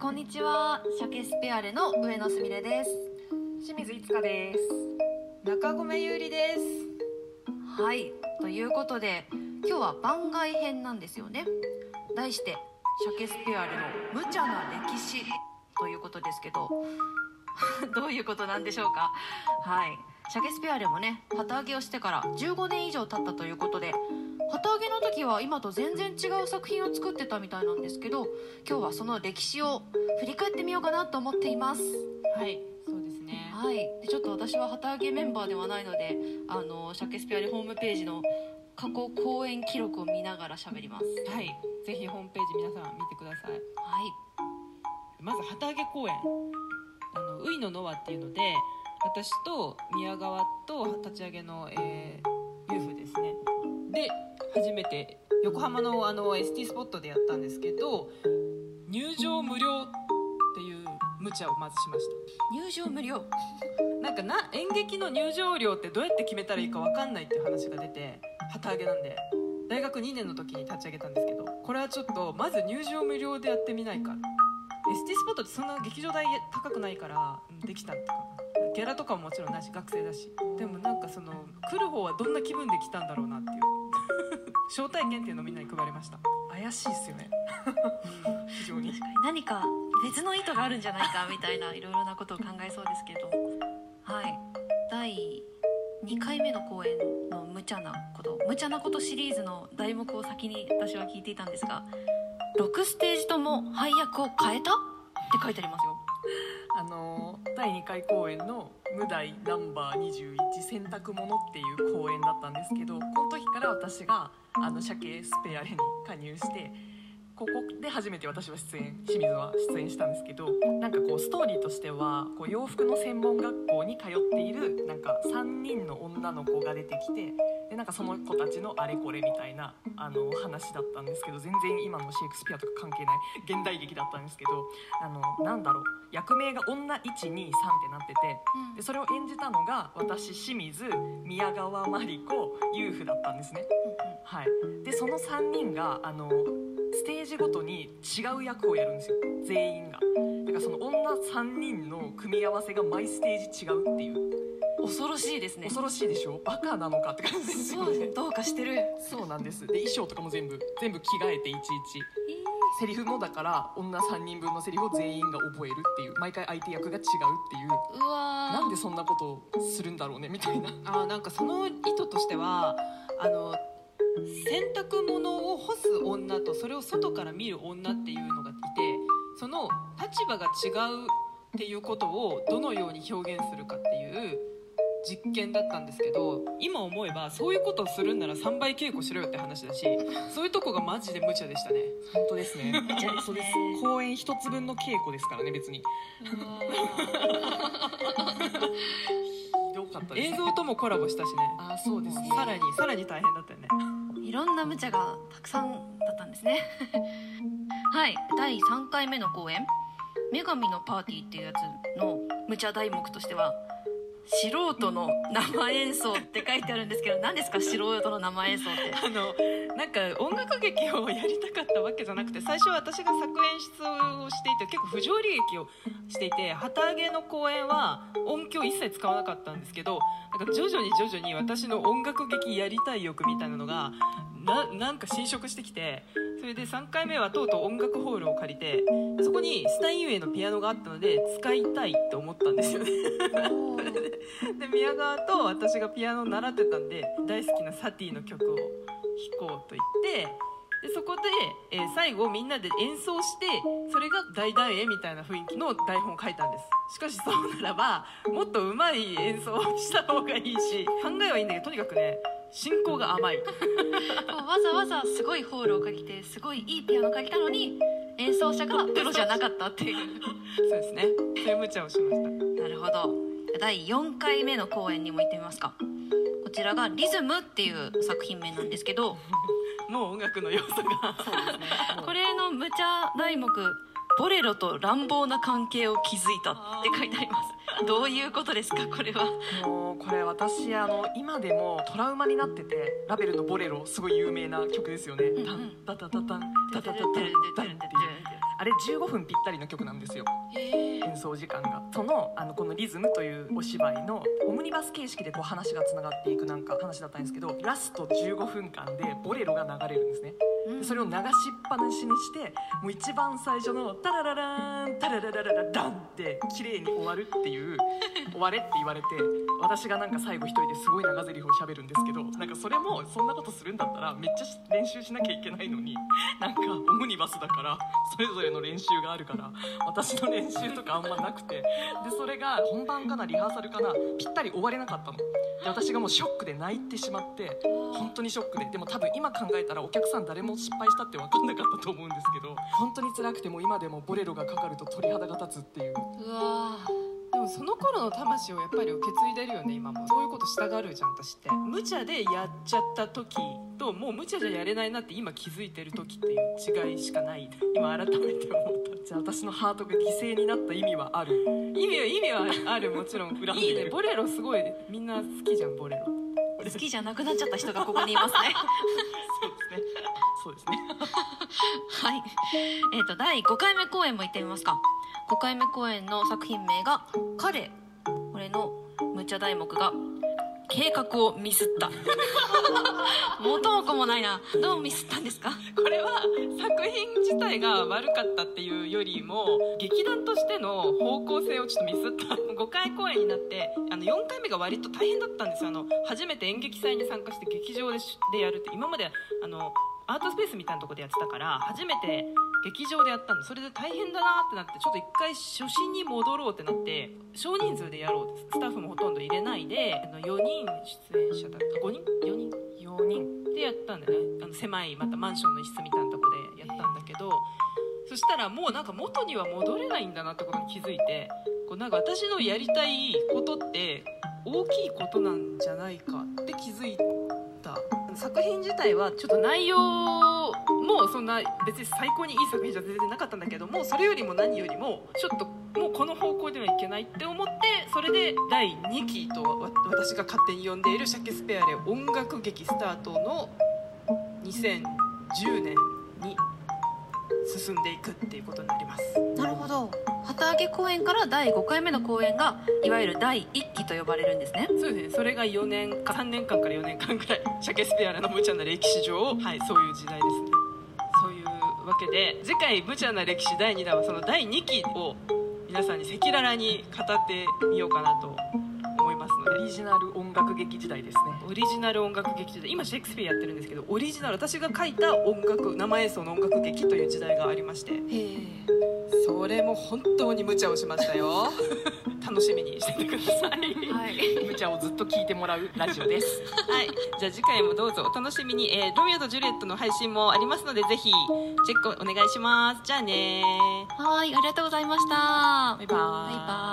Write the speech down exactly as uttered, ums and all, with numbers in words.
こんにちは。シャケスペアレの上野すみれです。 清水いつかです。中込ゆうりです。 はい、ということで今日は番外編なんですよね。題してシャケスペアレの無茶な歴史ということですけどどういうことなんでしょうか。はい、シャケスペアレもね旗揚げをしてからじゅうごねん以上経ったということで、旗揚げの時は今と全然違う作品を作ってたみたいなんですけど、今日はその歴史を振り返ってみようかなと思っています。 はい、そうですね。 はい、でちょっと私は旗揚げメンバーではないので、あのシャケスペアレホームページの過去公演記録を見ながら喋ります。 はい、ぜひホームページ皆さん見てください。 はい、 まず旗揚げ公演、あのウイのノアっていうので、私と宮川と立ち上げの、えー、ユーフですねで初めて横浜の、あの エスティー スポットでやったんですけど、入場無料っていう無茶をまずしました。 入場無料なんかな演劇の入場料ってどうやって決めたらいいか分かんないっていう話が出て、旗揚げなんで大学にねんの時に立ち上げたんですけど、これはちょっとまず入場無料でやってみないか。 エスティー スポットってそんな劇場代高くないからできたってかな。ギャラとかももちろんないし学生だし、でもなんかその来る方はどんな気分で来たんだろうなっていう招待券っていうのをみんなに配りました。怪しいっすよね非常に何か別の意図があるんじゃないかみたいないろいろなことを考えそうですけど、はい、だいにかいめの公演の無茶なこと無茶なことシリーズの題目を先に私は聞いていたんですが、ろくステージとも配役を変えたって書いてありますよ。 あのだいにかい公演の無題ナンバーにじゅういち選択ものっていう公演だったんですけど、この時から私があのシャケスペアレに加入して、ここで初めて私は出演清水は出演したんですけど、なんかこうストーリーとしてはこう洋服の専門学校に通っているなんかさんにんの女の子が出てきて、でなんかその子たちのあれこれみたいなあの話だったんですけど、全然今のシェイクスピアとか関係ない現代劇だったんですけど、あのなんだろう役名が女いちにさんってなってて、でそれを演じたのが私清水、宮川真理子、ユーフだったんですね。はい、でそのさんにんがあのステージごとに違う役をやるんですよ、全員が。だからその女さんにんの組み合わせが毎ステージ違うっていう。 恐ろしいですね。 恐ろしいでしょ。バカなのかって感じですよね。 そうどうかしてる。 そうなんです。で衣装とかも全部全部着替えていちいち、えー、セリフもだから女さんにんぶんのセリフを全員が覚えるっていう、毎回相手役が違うっていう。 うわなんでそんなことをするんだろうねみたいな。 あ、なんかその意図としてはあの洗濯物を干す女とそれを外から見る女っていうのがいて、その立場が違うっていうことをどのように表現するかっていう実験だったんですけど、今思えばそういうことをするんならさんばい稽古しろよって話だし、そういうとこがマジで無茶でしたね。 本当ですね。 無茶ですね。 公演一つ分の稽古ですからね、別に。ひどかったですね。 映像ともコラボしたしね。 あ、そうですね。 さらにさらに大変だったよね。 いろんな無茶がたくさんだったんですねはい、だいさんかいめの公演女神のパーティーっていうやつの無茶題目としては、素人の生演奏って書いてあるんですけど、何ですか素人の生演奏って。 あのなんか音楽劇をやりたかったわけじゃなくて、最初は私が作演出をしていて結構不条理劇をしていて、旗揚げの公演は音響一切使わなかったんですけど、なんか徐々に徐々に私の音楽劇やりたい欲みたいなのが な, なんか侵食してきて、それでさんかいめはとうとう音楽ホールを借りて、そこにスタインウェイのピアノがあったので使いたいって思ったんですよねで宮川と私がピアノを習ってたんで、大好きなサティの曲を弾こうと言って、でそこで、えー、最後みんなで演奏して、それが大団円みたいな雰囲気の台本を書いたんです。しかしそうならばもっと上手い演奏をした方がいいし、考えはいいんだけどとにかくね進行が甘いわざわざすごいホールを借りてすごいいいピアノ借りたのに演奏者がプロじゃなかったっていうそうですね、そういう無茶をしました。 なるほど。だいよんかいめの公演にも行ってみますか。こちらがリズムっていう作品名なんですけどもう音楽の要素がそうですねこれの無茶題目、ボレロと乱暴な関係を築いたって書いてあります。どういうことですかこれは。 もうこれ私あの今でもトラウマになってて、ラベルのボレロすごい有名な曲ですよね、 うんうん、 タンタタタタンタタタタンタンっていう、 あれじゅうごふんぴったりの曲なんですよ、演奏時間が。そのあのこのリズムというお芝居のオムニバス形式でこう話がつながっていくなんか話だったんですけど、ラストじゅうごふんかんでボレロが流れるんですね。でそれを流しっぱなしにして、もう一番最初のタラララーンタラララララダンって綺麗に終わるっていう終われって言われて、私がなんか最後一人ですごい長台詞を喋るんですけど、なんかそれもそんなことするんだったらめっちゃ練習しなきゃいけないのに、なんかオムニバスだからそれぞれの練習があるから私の練習とかあんまなくて、でそれが本番かなリハーサルかなぴったり終われなかったので、私がもうショックで泣いてしまって、本当にショックで、でも多分今考えたらお客さん誰も失敗したって分かんなかったと思うんですけど、本当に辛くて、もう今でもボレロがかかると鳥肌が立つっていう。 うわでもその頃の魂をやっぱり受け継いでるよね。今もそういうことしたがるじゃん私って。無茶でやっちゃった時と、もう無茶じゃやれないなって今気づいてる時っていう違いしかない、今改めて思った。 じゃあ私のハートが犠牲になった意味はある。 意味は意味はある、もちろん。 恨んでるいいね、ボレロすごいみんな好きじゃんボレロ。 好きじゃなくなっちゃった人がここにいますねそうですねそうですねはい、えーとだいごかいめ公演も行ってみますか。ごかいめ公演の作品名が「彼」。これの無茶題目が「計画をミスった」元も子もないな。どうミスったんですか？ これは作品自体が悪かったっていうよりも、劇団としての方向性をちょっとミスった。ごかい公演になってあのよんかいめが割と大変だったんですよ。あの初めて演劇祭に参加して劇場ででやるって、今まであのアートスペースみたいなところでやってたから、初めて劇場でやったの。それで大変だなってなって、ちょっと一回初心に戻ろうってなって、少人数でやろうって、スタッフもほとんど入れないで、あのよにん出演者だったごにんよにんよにんでやったんだよね。あの狭いまたマンションの一室みたいなところでやったんだけど、そしたらもうなんか元には戻れないんだなってことに気づいて、こうなんか私のやりたいことって大きいことなんじゃないかって気づいた。作品自体はちょっと内容もそんな別に最高にいい作品じゃ全然なかったんだけども、それよりも何よりもちょっともうこの方向ではいけないって思って、それでだいにきと私が勝手に呼んでいるシャケスペアレ音楽劇スタートのにせんじゅうねんに進んでいくっていうことになります。 なるほど。旗揚げ公演からだいごかいめの公演がいわゆるだいいっきと呼ばれるんですね。 そうですね。それがよねんかさんねんかんからよねんかんくらい、シャケスペアレの無茶な歴史上、はい、そういう時代ですね。そういうわけで次回無茶な歴史だいにだんはそのだいにきを皆さんに赤裸々に語ってみようかなと思いますので。 オリジナル音楽劇時代ですね。 オリジナル音楽劇時代、今シェイクスピアやってるんですけど、オリジナル、私が書いた音楽生演奏の音楽劇という時代がありまして、 へえ。 それも本当に無茶をしましたよ楽しみにしててくださいはい、 無茶をずっと聞いてもらうラジオですはい、じゃあ次回もどうぞお楽しみに。えー、ロミオとジュリエットの配信もありますので、ぜひチェックお願いします。じゃあねはい、ありがとうございました。 バイバーイ。 バイバイ。